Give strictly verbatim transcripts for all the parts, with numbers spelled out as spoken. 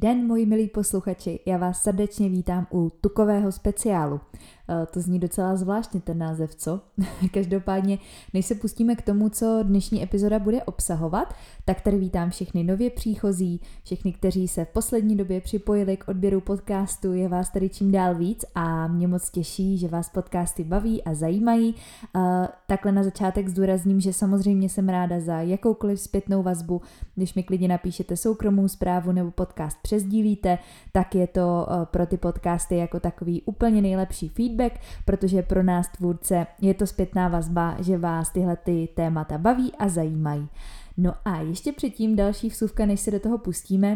den, moji milí posluchači, já vás srdečně vítám u tukového speciálu. To zní docela zvláštně ten název, co? Každopádně, než se pustíme k tomu, co dnešní epizoda bude obsahovat, tak tady vítám všechny nově příchozí, všechny, kteří se v poslední době připojili k odběru podcastu, je vás tady čím dál víc a mě moc těší, že vás podcasty baví a zajímají. Takhle na začátek zdůrazním, že samozřejmě jsem ráda za jakoukoliv zpětnou vazbu, když mi klidně napíšete soukromou zprávu nebo podcast přesdílíte, tak je to pro ty podcasty jako takový úplně nejlepší feedback, protože pro nás tvůrce je to zpětná vazba, že vás tyhle ty témata baví a zajímají. No a ještě předtím další vsuvka, než se do toho pustíme,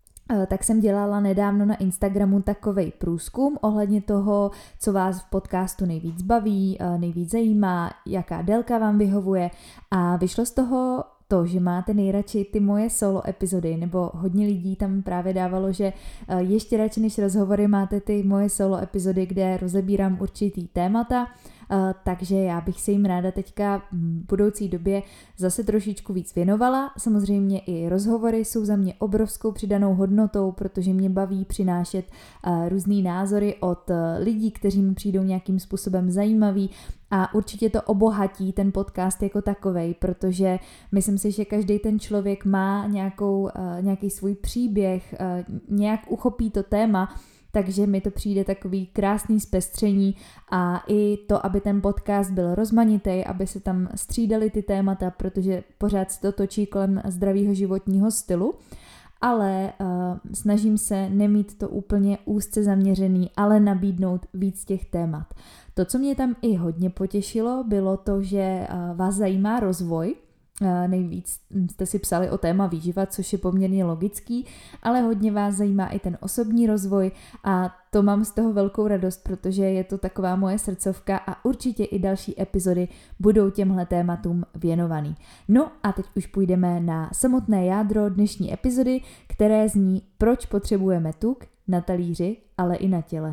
tak jsem dělala nedávno na Instagramu takovej průzkum ohledně toho, co vás v podcastu nejvíc baví, nejvíc zajímá, jaká délka vám vyhovuje a vyšlo z toho to, že máte nejradši ty moje solo epizody, nebo hodně lidí tam právě dávalo, že ještě radši než rozhovory máte ty moje solo epizody, kde rozebírám určitý témata, takže já bych se jim ráda teďka v budoucí době zase trošičku víc věnovala. Samozřejmě i rozhovory jsou za mě obrovskou přidanou hodnotou, protože mě baví přinášet různý názory od lidí, kteří mi přijdou nějakým způsobem zajímaví, a určitě to obohatí ten podcast jako takovej, protože myslím si, že každý ten člověk má nějakou, uh, nějaký svůj příběh, uh, nějak uchopí to téma, takže mi to přijde takový krásný zpestření a i to, aby ten podcast byl rozmanitý, aby se tam střídaly ty témata, protože pořád se to točí kolem zdravého životního stylu. Ale uh, snažím se nemít to úplně úzce zaměřený, ale nabídnout víc těch témat. To, co mě tam i hodně potěšilo, bylo to, že uh, vás zajímá rozvoj. Uh, nejvíc jste si psali o téma výživa, což je poměrně logický, ale hodně vás zajímá i ten osobní rozvoj a to mám z toho velkou radost, protože je to taková moje srdcovka a určitě i další epizody budou těmhle tématům věnovaný. No a teď už půjdeme na samotné jádro dnešní epizody, které zní, proč potřebujeme tuk na talíři, ale i na těle.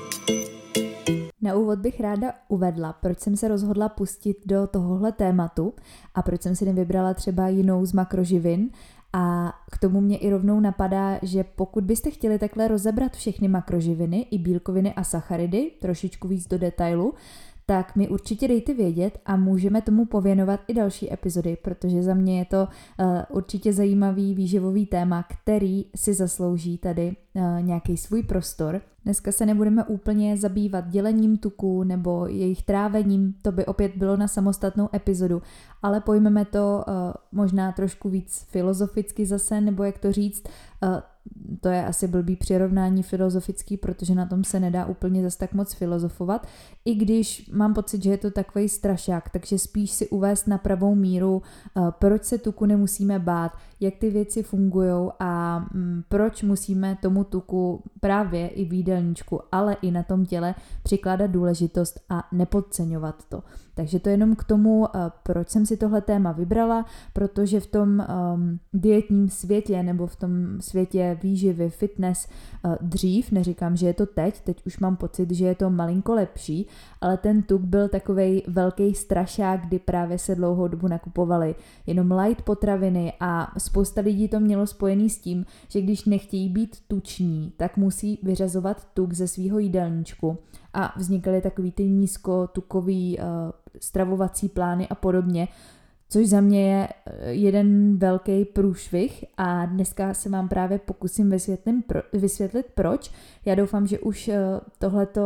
Na úvod bych ráda uvedla, proč jsem se rozhodla pustit do tohohle tématu a proč jsem si nevybrala třeba jinou z makroživin. A k tomu mě i rovnou napadá, že pokud byste chtěli takhle rozebrat všechny makroživiny, i bílkoviny a sacharidy, trošičku víc do detailu, tak mi určitě dejte vědět a můžeme tomu pověnovat i další epizody, protože za mě je to uh, určitě zajímavý výživový téma, který si zaslouží tady uh, nějaký svůj prostor. Dneska se nebudeme úplně zabývat dělením tuků nebo jejich trávením, to by opět bylo na samostatnou epizodu, ale pojmeme to uh, možná trošku víc filozoficky zase, nebo jak to říct, uh, to je asi blbý přirovnání filozofický, protože na tom se nedá úplně zas tak moc filozofovat, i když mám pocit, že je to takovej strašák, takže spíš si uvést na pravou míru, uh, proč se tuku nemusíme bát, jak ty věci fungujou a um, proč musíme tomu tuku právě i v jídelníčku, ale i na tom těle přikládat důležitost a nepodceňovat to. Takže to jenom k tomu, proč jsem si tohle téma vybrala, protože v tom um, dietním světě nebo v tom světě výživy, fitness uh, dřív, neříkám, že je to teď, teď už mám pocit, že je to malinko lepší, ale ten tuk byl takovej velký strašák, kdy právě se dlouhou dobu nakupovaly jenom light potraviny a spousta lidí to mělo spojený s tím, že když nechtějí být tuční, tak musí vyřazovat tuk ze svýho jídelníčku a vznikaly takový ty nízkotukový uh, stravovací plány a podobně, což za mě je jeden velký průšvih a dneska se vám právě pokusím vysvětlit proč. Já doufám, že už tohleto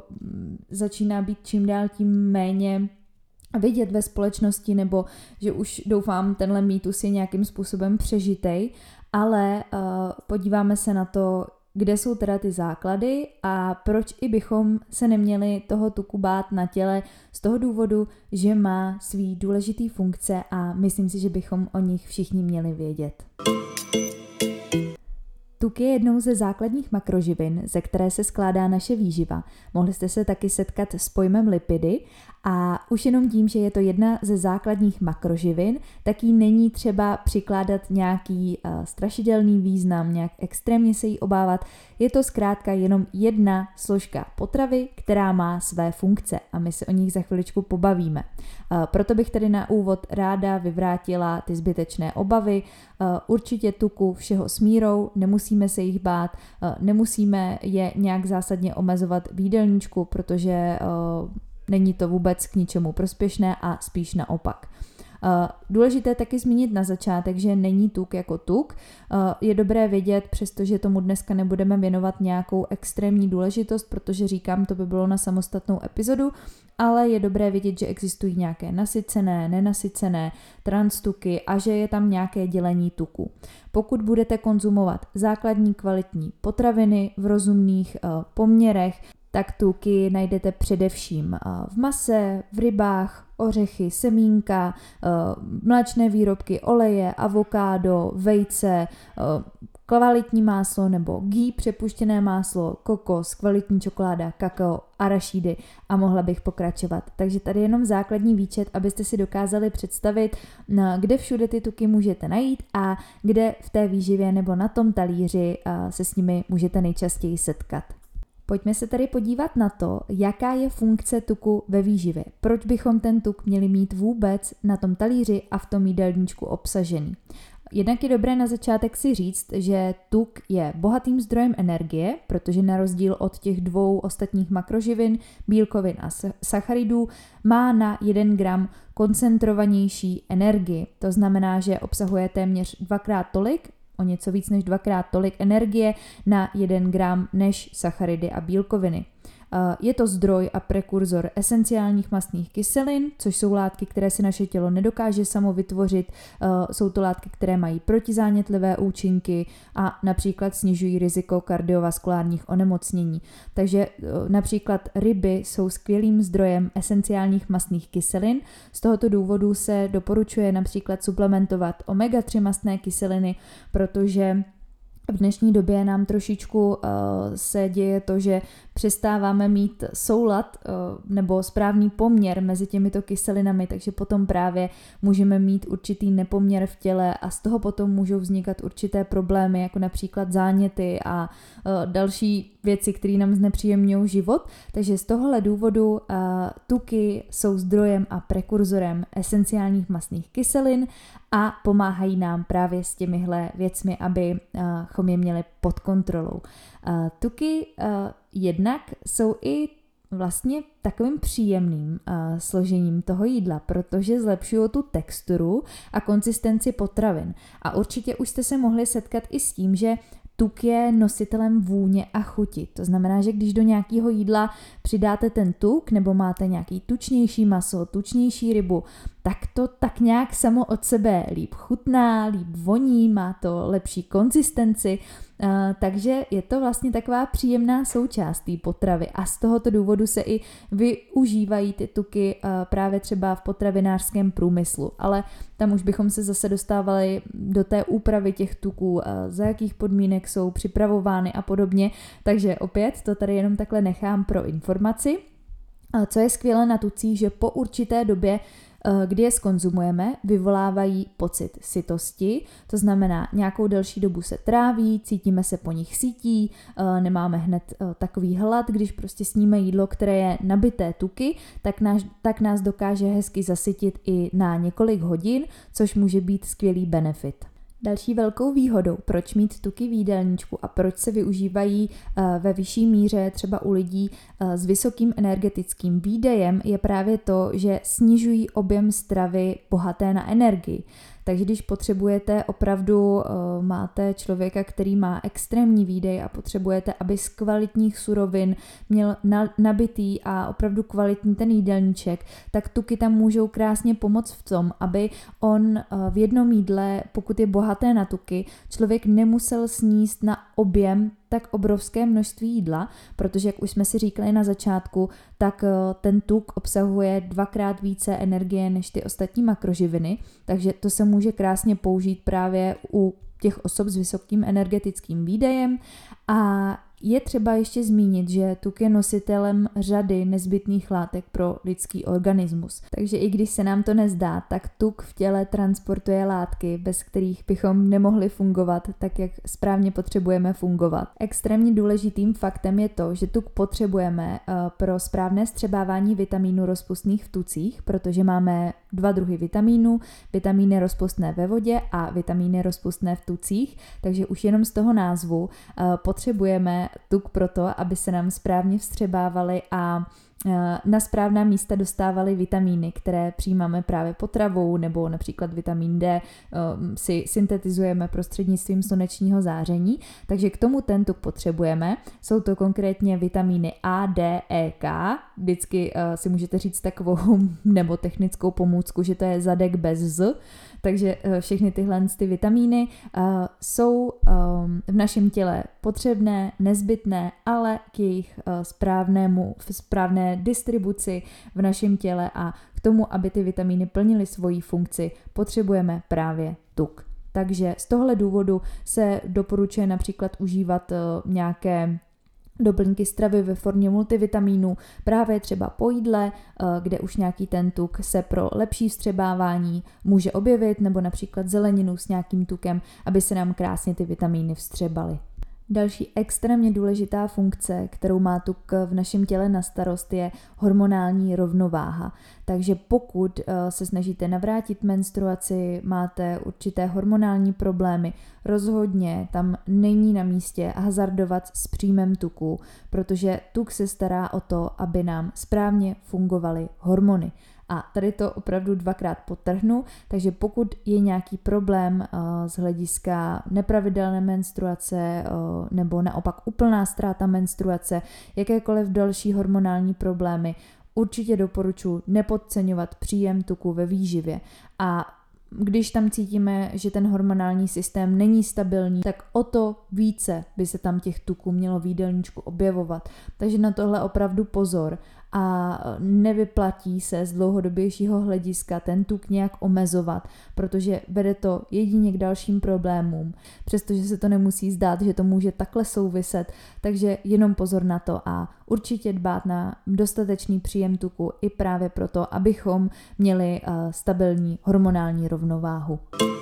začíná být čím dál tím méně vidět ve společnosti, nebo že už doufám tenhle mýtus je nějakým způsobem přežitej, ale uh, podíváme se na to, kde jsou teda ty základy a proč i bychom se neměli toho tuku bát na těle z toho důvodu, že má svý důležitý funkce a myslím si, že bychom o nich všichni měli vědět. Tuk je jednou ze základních makroživin, ze které se skládá naše výživa. Mohli jste se taky setkat s pojmem lipidy a už jenom tím, že je to jedna ze základních makroživin, tak jí není třeba přikládat nějaký uh, strašidelný význam, nějak extrémně se jí obávat. Je to zkrátka jenom jedna složka potravy, která má své funkce a my se o nich za chviličku pobavíme. Uh, proto bych tady na úvod ráda vyvrátila ty zbytečné obavy. Uh, určitě tuku všeho s mírou, nemusí nemusíme se jich bát, nemusíme je nějak zásadně omezovat v jídelníčku, protože není to vůbec k ničemu prospěšné a spíš naopak. Důležité taky zmínit na začátek, že není tuk jako tuk. Je dobré vědět, přestože tomu dneska nebudeme věnovat nějakou extrémní důležitost, protože říkám, to by bylo na samostatnou epizodu, ale je dobré vědět, že existují nějaké nasycené, nenasycené transtuky a že je tam nějaké dělení tuku. Pokud budete konzumovat základní kvalitní potraviny v rozumných poměrech, tak tuky najdete především v mase, v rybách, ořechy, semínka, mléčné výrobky, oleje, avokádo, vejce, kvalitní máslo nebo ghee, přepuštěné máslo, kokos, kvalitní čokoláda, kakao, arašídy a mohla bych pokračovat. Takže tady jenom základní výčet, abyste si dokázali představit, kde všude ty tuky můžete najít a kde v té výživě nebo na tom talíři se s nimi můžete nejčastěji setkat. Pojďme se tady podívat na to, jaká je funkce tuku ve výživě. Proč bychom ten tuk měli mít vůbec na tom talíři a v tom jídelníčku obsažený. Jednak je dobré na začátek si říct, že tuk je bohatým zdrojem energie, protože na rozdíl od těch dvou ostatních makroživin, bílkovin a sacharidů, má na jeden gram koncentrovanější energii. To znamená, že obsahuje téměř dvakrát tolik, o něco víc než dvakrát tolik energie na jeden gram než sacharidy a bílkoviny. Je to zdroj a prekurzor esenciálních mastných kyselin, což jsou látky, které si naše tělo nedokáže samo vytvořit. Jsou to látky, které mají protizánětlivé účinky a například snižují riziko kardiovaskulárních onemocnění. Takže například ryby jsou skvělým zdrojem esenciálních mastných kyselin. Z tohoto důvodu se doporučuje například suplementovat omega tři mastné kyseliny, protože v dnešní době nám trošičku uh, se děje to, že přestáváme mít soulad uh, nebo správný poměr mezi těmito kyselinami, takže potom právě můžeme mít určitý nepoměr v těle a z toho potom můžou vznikat určité problémy, jako například záněty a uh, další věci, které nám znepříjemňují život. Takže z tohohle důvodu uh, tuky jsou zdrojem a prekurzorem esenciálních mastných kyselin a pomáhají nám právě s těmihle věcmi, abychom je měli pod kontrolou. Tuky jednak jsou i vlastně takovým příjemným složením toho jídla, protože zlepšují tu texturu a konzistenci potravin. A určitě už jste se mohli setkat i s tím, že tuk je nositelem vůně a chuti. To znamená, že když do nějakého jídla přidáte ten tuk nebo máte nějaký tučnější maso, tučnější rybu, tak to tak nějak samo od sebe líp chutná, líp voní, má to lepší konzistenci, uh, takže je to vlastně taková příjemná součást té potravy a z tohoto důvodu se i využívají ty tuky uh, právě třeba v potravinářském průmyslu, ale tam už bychom se zase dostávali do té úpravy těch tuků, uh, za jakých podmínek jsou připravovány a podobně, takže opět to tady jenom takhle nechám pro informaci. Uh, co je skvělé na tucích, že po určité době, kdy je skonzumujeme, vyvolávají pocit sytosti, to znamená nějakou delší dobu se tráví, cítíme se po nich sytí, nemáme hned takový hlad, když prostě sníme jídlo, které je nabité tuky, tak nás, tak nás dokáže hezky zasytit i na několik hodin, což může být skvělý benefit. Další velkou výhodou, proč mít tuky v jídelníčku a proč se využívají ve vyšší míře třeba u lidí s vysokým energetickým výdejem, je právě to, že snižují objem stravy bohaté na energii. Takže když potřebujete opravdu, uh, máte člověka, který má extrémní výdej a potřebujete, aby z kvalitních surovin měl na, nabitý a opravdu kvalitní ten jídelníček, tak tuky tam můžou krásně pomoct v tom, aby on uh, v jednom jídle, pokud je bohaté na tuky, člověk nemusel sníst na objem tak obrovské množství jídla, protože jak už jsme si říkali na začátku, tak ten tuk obsahuje dvakrát více energie než ty ostatní makroživiny, takže to se může krásně použít právě u těch osob s vysokým energetickým výdejem a Je třeba ještě zmínit, že tuk je nositelem řady nezbytných látek pro lidský organismus. Takže i když se nám to nezdá, tak tuk v těle transportuje látky, bez kterých bychom nemohli fungovat tak, jak správně potřebujeme fungovat. Extrémně důležitým faktem je to, že tuk potřebujeme pro správné vstřebávání vitamínů rozpustných v tucích, protože máme dva druhy vitamínů, vitamíny rozpustné ve vodě a vitamíny rozpustné v tucích, takže už jenom z toho názvu potřebujeme tuk proto, aby se nám správně vstřebávaly a na správná místa dostávaly vitamíny, které přijímáme právě potravou, nebo například vitamin D si syntetizujeme prostřednictvím slunečního záření, takže k tomu ten tuk potřebujeme. Jsou to konkrétně vitamíny A, D, E, K. Vždycky si můžete říct takovou nebo technickou pomůcku, že to je zadek bez Z, takže všechny tyhle ty vitamíny jsou v našem těle potřebné, nezbytné, ale k jejich správnému, správné distribuci v našem těle a k tomu, aby ty vitamíny plnily svoji funkci, potřebujeme právě tuk. Takže z tohle důvodu se doporučuje například užívat nějaké doplňky stravy ve formě multivitamínů, právě třeba po jídle, kde už nějaký ten tuk se pro lepší vstřebávání může objevit, nebo například zeleninu s nějakým tukem, aby se nám krásně ty vitamíny vstřebaly. Další extrémně důležitá funkce, kterou má tuk v našem těle na starost, je hormonální rovnováha. Takže pokud se snažíte navrátit menstruaci, máte určité hormonální problémy, rozhodně tam není na místě hazardovat s příjmem tuku, protože tuk se stará o to, aby nám správně fungovaly hormony. A tady to opravdu dvakrát podtrhnu, takže pokud je nějaký problém uh, z hlediska nepravidelné menstruace uh, nebo naopak úplná ztráta menstruace, jakékoliv další hormonální problémy, určitě doporučuji nepodceňovat příjem tuku ve výživě. A když tam cítíme, že ten hormonální systém není stabilní, tak o to více by se tam těch tuků mělo v jídelníčku objevovat. Takže na tohle opravdu pozor a nevyplatí se z dlouhodobějšího hlediska ten tuk nějak omezovat, protože vede to jedině k dalším problémům, přestože se to nemusí zdát, že to může takhle souviset, takže jenom pozor na to a určitě dbát na dostatečný příjem tuku i právě proto, abychom měli stabilní hormonální rovnováhu.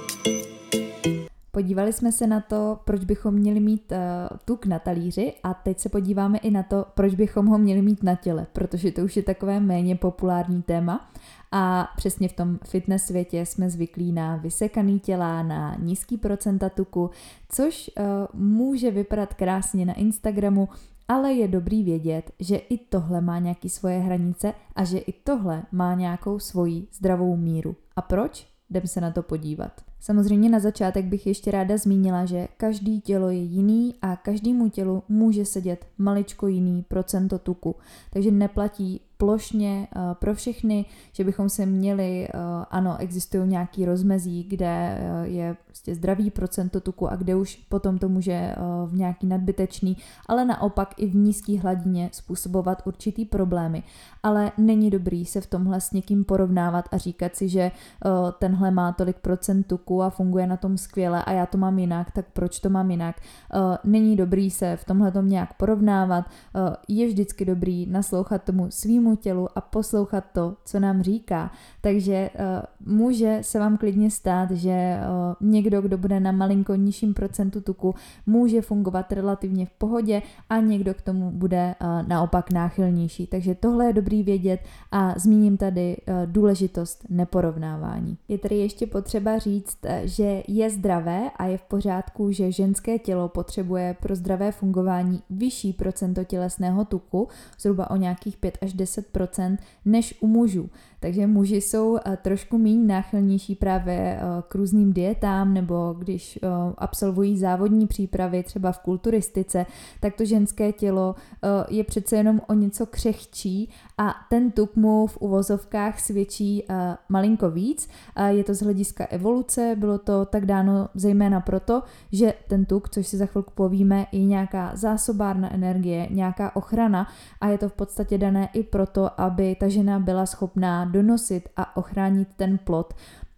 Podívali jsme se na to, proč bychom měli mít uh, tuk na talíři a teď se podíváme i na to, proč bychom ho měli mít na těle, protože to už je takové méně populární téma a přesně v tom fitness světě jsme zvyklí na vysekaný těla, na nízký procenta tuku, což uh, může vypadat krásně na Instagramu, ale je dobrý vědět, že i tohle má nějaké svoje hranice a že i tohle má nějakou svoji zdravou míru. A proč? Jdem se na to podívat. Samozřejmě na začátek bych ještě ráda zmínila, že každý tělo je jiný a každému tělu může sedět maličko jiný procento tuku. Takže neplatí plošně uh, pro všechny, že bychom se měli, uh, ano, existují nějaký rozmezí, kde uh, je prostě zdravý procento tuku a kde už potom to může uh, v nějaký nadbytečný, ale naopak i v nízké hladině způsobovat určitý problémy. Ale není dobrý se v tomhle s někým porovnávat a říkat si, že uh, tenhle má tolik procent tuku a funguje na tom skvěle a já to mám jinak, tak proč to mám jinak? Uh, není dobrý se v tomhletom nějak porovnávat, uh, je vždycky dobrý naslouchat tomu svýmu tělu a poslouchat to, co nám říká. Takže uh, může se vám klidně stát, že uh, někdo, kdo bude na malinko nižším procentu tuku, může fungovat relativně v pohodě a někdo k tomu bude uh, naopak náchylnější. Takže tohle je dobrý vědět a zmíním tady uh, důležitost neporovnávání. Je tady ještě potřeba říct, že je zdravé a je v pořádku, že ženské tělo potřebuje pro zdravé fungování vyšší procento tělesného tuku, zhruba o nějakých pět až deset procent, než u mužů. Takže muži jsou trošku méně náchylnější právě k různým dietám, nebo když absolvují závodní přípravy třeba v kulturistice, tak to ženské tělo je přece jenom o něco křehčí a ten tuk mu v uvozovkách svědčí malinko víc. Je to z hlediska evoluce, bylo to tak dáno zejména proto, že ten tuk, což si za chvilku povíme, je nějaká zásobárna energie, nějaká ochrana a je to v podstatě dané i proto, aby ta žena byla schopná donosit a ochránit ten plod.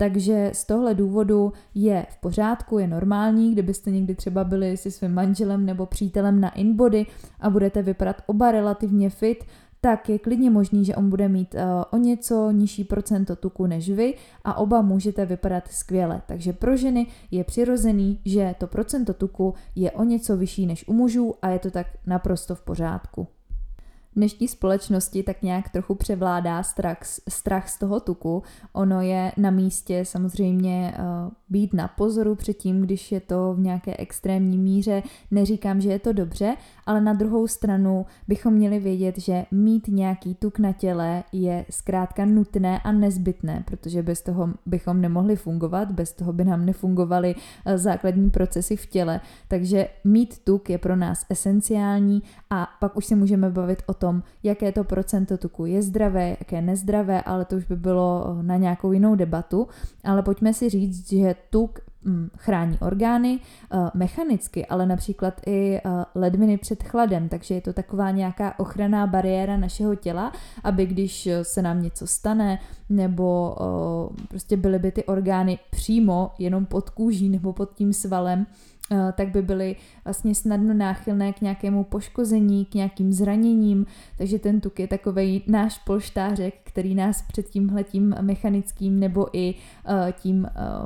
takže z tohle důvodu je v pořádku, je normální, kdybyste někdy třeba byli se svým manželem nebo přítelem na InBody a budete vypadat oba relativně fit, tak je klidně možný, že on bude mít uh, o něco nižší procento tuku než vy a oba můžete vypadat skvěle. Takže pro ženy je přirozený, že to procento tuku je o něco vyšší než u mužů a je to tak naprosto v pořádku. V dnešní společnosti tak nějak trochu převládá strach, strach z toho tuku. Ono je na místě samozřejmě uh, být na pozoru před tím, když je to v nějaké extrémní míře. Neříkám, že je to dobře, ale na druhou stranu bychom měli vědět, že mít nějaký tuk na těle je zkrátka nutné a nezbytné, protože bez toho bychom nemohli fungovat, bez toho by nám nefungovaly uh, základní procesy v těle. Takže mít tuk je pro nás esenciální a pak už se můžeme bavit o tom, jaké to procento tuku je zdravé, jaké je nezdravé, ale to už by bylo na nějakou jinou debatu. Ale pojďme si říct, že tuk hm, chrání orgány uh, mechanicky, ale například i uh, ledviny před chladem, takže je to taková nějaká ochranná bariéra našeho těla, aby když se nám něco stane, nebo uh, prostě byly by ty orgány přímo jenom pod kůží nebo pod tím svalem, tak by byly vlastně snadno náchylné k nějakému poškození, k nějakým zraněním, takže ten tuk je takovej náš polštářek, který nás před tímhletím mechanickým nebo i tím,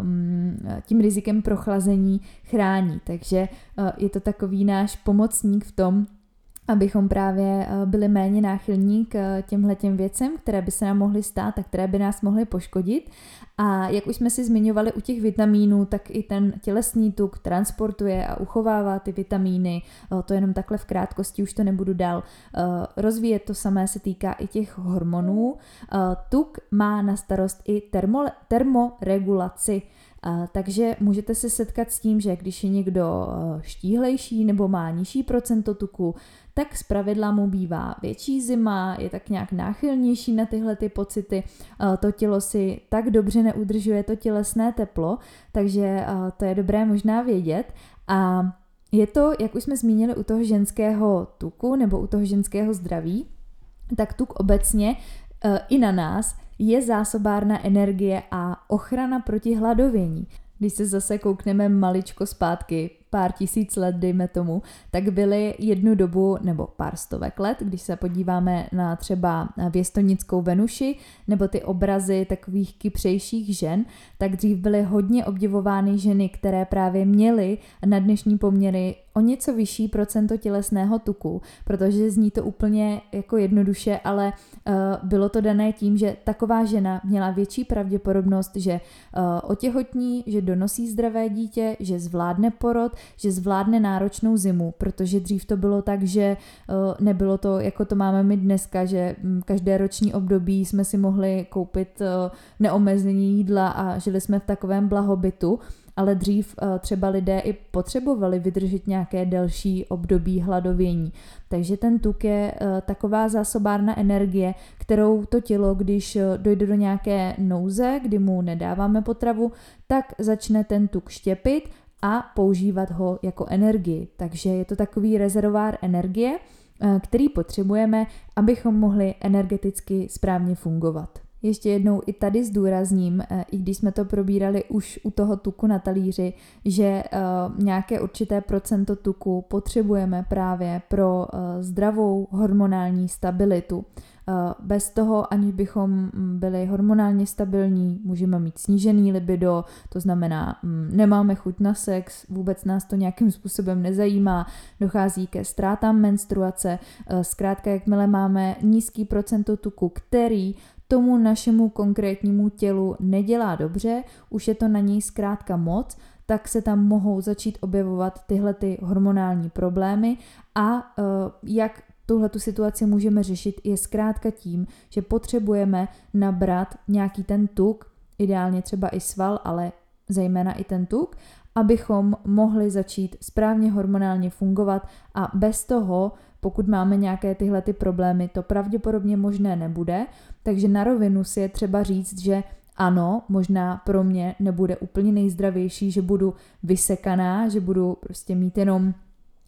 tím rizikem prochlazení chrání. Takže je to takový náš pomocník v tom, abychom právě byli méně náchylní k těmhletěm věcem, které by se nám mohly stát a které by nás mohly poškodit. A jak už jsme si zmiňovali u těch vitamínů, tak i ten tělesný tuk transportuje a uchovává ty vitamíny. To jenom takhle v krátkosti, už to nebudu dál rozvíjet. To samé se týká i těch hormonů. Tuk má na starost i termo, termoregulaci. Uh, takže můžete se setkat s tím, že když je někdo uh, štíhlejší nebo má nižší procento tuku, tak zpravidla mu bývá větší zima, je tak nějak náchylnější na tyhle ty pocity, uh, to tělo si tak dobře neudržuje to tělesné teplo, takže uh, to je dobré možná vědět. A je to, jak už jsme zmínili u toho ženského tuku nebo u toho ženského zdraví, tak tuk obecně uh, i na nás je zásobárna energie a ochrana proti hladovění. Když se zase koukneme maličko zpátky, pár tisíc let, dejme tomu, tak byly jednu dobu, nebo pár stovek let, když se podíváme na třeba věstonickou Venuši, nebo ty obrazy takových kypřejších žen, tak dřív byly hodně obdivovány ženy, které právě měly na dnešní poměry o něco vyšší procento tělesného tuku, protože zní to úplně jako jednoduše, ale uh, bylo to dané tím, že taková žena měla větší pravděpodobnost, že uh, otěhotní, že donosí zdravé dítě, že zvládne porod, že zvládne náročnou zimu, protože dřív to bylo tak, že uh, nebylo to, jako to máme my dneska, že um, každé roční období jsme si mohli koupit uh, neomezení jídla a žili jsme v takovém blahobytu, ale dřív uh, třeba lidé i potřebovali vydržet nějaké delší období hladovění. Takže ten tuk je uh, taková zásobárna energie, kterou to tělo, když uh, dojde do nějaké nouze, kdy mu nedáváme potravu, tak začne ten tuk štěpit a používat ho jako energii. Takže je to takový rezervoár energie, uh, který potřebujeme, abychom mohli energeticky správně fungovat. Ještě jednou i tady zdůrazním, i když jsme to probírali už u toho tuku na talíři, že uh, nějaké určité procento tuku potřebujeme právě pro uh, zdravou hormonální stabilitu. Uh, bez toho, aniž bychom byli hormonálně stabilní, můžeme mít snížený libido, to znamená, um, nemáme chuť na sex, vůbec nás to nějakým způsobem nezajímá, dochází ke ztrátám menstruace, uh, zkrátka jakmile máme nízký procento tuku, který tomu našemu konkrétnímu tělu nedělá dobře, už je to na něj zkrátka moc, tak se tam mohou začít objevovat tyhle ty hormonální problémy a uh, jak tuhletu situaci můžeme řešit je zkrátka tím, že potřebujeme nabrat nějaký ten tuk, ideálně třeba i sval, ale zejména i ten tuk, abychom mohli začít správně hormonálně fungovat a bez toho, pokud máme nějaké tyhle ty problémy, to pravděpodobně možné nebude, takže na rovinu si je třeba říct, že ano, možná pro mě nebude úplně nejzdravější, že budu vysekaná, že budu prostě mít jenom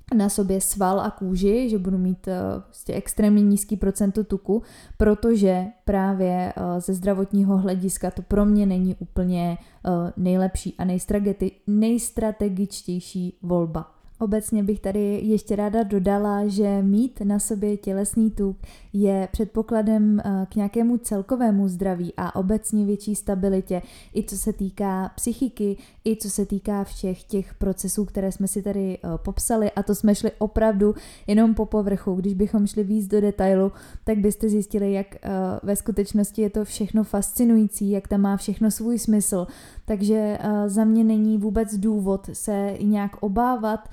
na sobě sval a kůži, že budu mít prostě extrémně nízký procento tuku, protože právě ze zdravotního hlediska to pro mě není úplně nejlepší a nejstrategičtější volba. Obecně bych tady ještě ráda dodala, že mít na sobě tělesný tuk je předpokladem k nějakému celkovému zdraví a obecně větší stabilitě, i co se týká psychiky, i co se týká všech těch procesů, které jsme si tady popsali, a to jsme šli opravdu jenom po povrchu. Když bychom šli víc do detailu, tak byste zjistili, jak ve skutečnosti je to všechno fascinující, jak tam má všechno svůj smysl. Takže za mě není vůbec důvod se nějak obávat,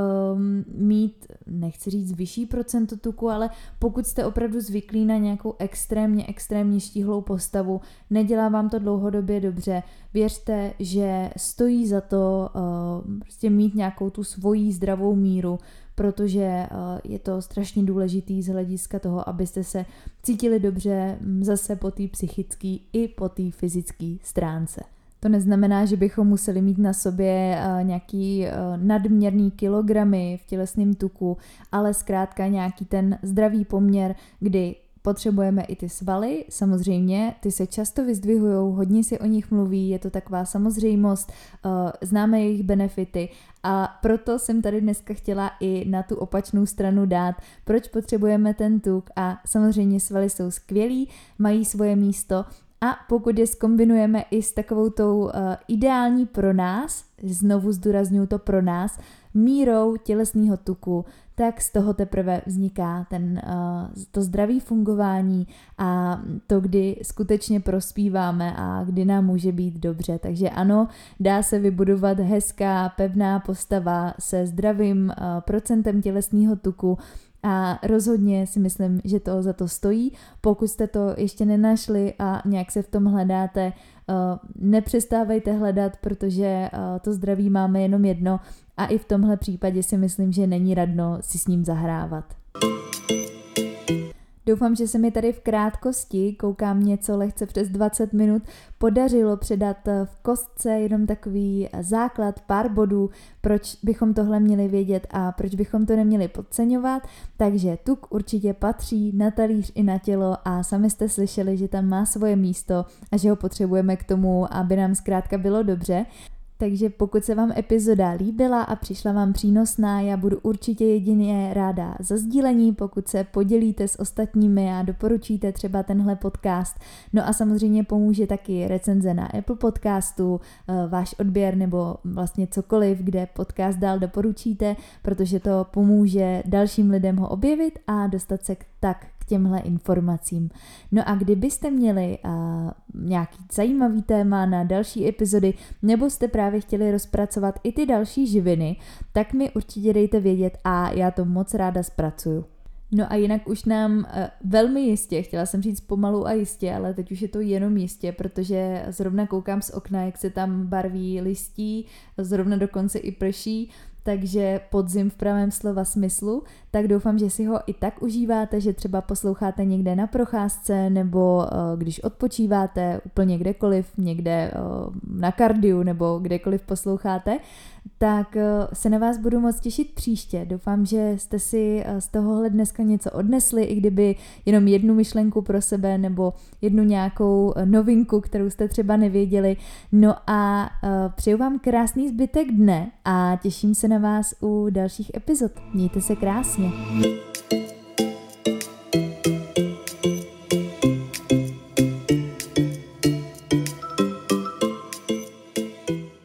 Um, mít, nechci říct vyšší procento tuku, ale pokud jste opravdu zvyklí na nějakou extrémně, extrémně štíhlou postavu, nedělá vám to dlouhodobě dobře, věřte, že stojí za to uh, prostě mít nějakou tu svoji zdravou míru, protože uh, je to strašně důležitý z hlediska toho, abyste se cítili dobře zase po té psychické i po té fyzické stránce. To neznamená, že bychom museli mít na sobě nějaký nadměrný kilogramy v tělesném tuku, ale zkrátka nějaký ten zdravý poměr, kdy potřebujeme i ty svaly, samozřejmě, ty se často vyzdvihujou, hodně si o nich mluví, je to taková samozřejmost, známe jejich benefity a proto jsem tady dneska chtěla i na tu opačnou stranu dát, proč potřebujeme ten tuk. A samozřejmě svaly jsou skvělý, mají svoje místo. A pokud je zkombinujeme i s takovou tou uh, ideální pro nás, znovu zdůrazňuji to pro nás, mírou tělesného tuku, tak z toho teprve vzniká ten, uh, to zdravé fungování a to, kdy skutečně prospíváme a kdy nám může být dobře. Takže ano, dá se vybudovat hezká, pevná postava se zdravým uh, procentem tělesného tuku, a rozhodně si myslím, že to za to stojí. Pokud jste to ještě nenašli a nějak se v tom hledáte, nepřestávejte hledat, protože to zdraví máme jenom jedno a i v tomhle případě si myslím, že není radno si s ním zahrávat. Doufám, že se mi tady v krátkosti, koukám něco lehce přes dvacet minut, podařilo předat v kostce jenom takový základ, pár bodů, proč bychom tohle měli vědět a proč bychom to neměli podceňovat. Takže tuk určitě patří na talíř i na tělo a sami jste slyšeli, že tam má svoje místo a že ho potřebujeme k tomu, aby nám zkrátka bylo dobře. Takže pokud se vám epizoda líbila a přišla vám přínosná, já budu určitě jedině ráda za sdílení, pokud se podělíte s ostatními a doporučíte třeba tenhle podcast. No a samozřejmě pomůže taky recenze na Apple Podcastu, váš odběr nebo vlastně cokoliv, kde podcast dál doporučíte, protože to pomůže dalším lidem ho objevit a dostat se tak k těmhle informacím. No a kdybyste měli uh, nějaký zajímavý téma na další epizody, nebo jste právě chtěli rozpracovat i ty další živiny, tak mi určitě dejte vědět a já to moc ráda zpracuju. No a jinak už nám uh, velmi jistě, chtěla jsem říct pomalu a jistě, ale teď už je to jenom jistě, protože zrovna koukám z okna, jak se tam barví listí, zrovna dokonce i prší, takže podzim v pravém slova smyslu, tak doufám, že si ho i tak užíváte, že třeba posloucháte někde na procházce nebo uh, když odpočíváte úplně kdekoliv, někde uh, na kardiu nebo kdekoliv posloucháte, tak uh, se na vás budu moc těšit příště. Doufám, že jste si uh, z tohohle dneska něco odnesli, i kdyby jenom jednu myšlenku pro sebe nebo jednu nějakou uh, novinku, kterou jste třeba nevěděli. No a uh, přeju vám krásný zbytek dne a těším se na vás u dalších epizod. Mějte se krásně.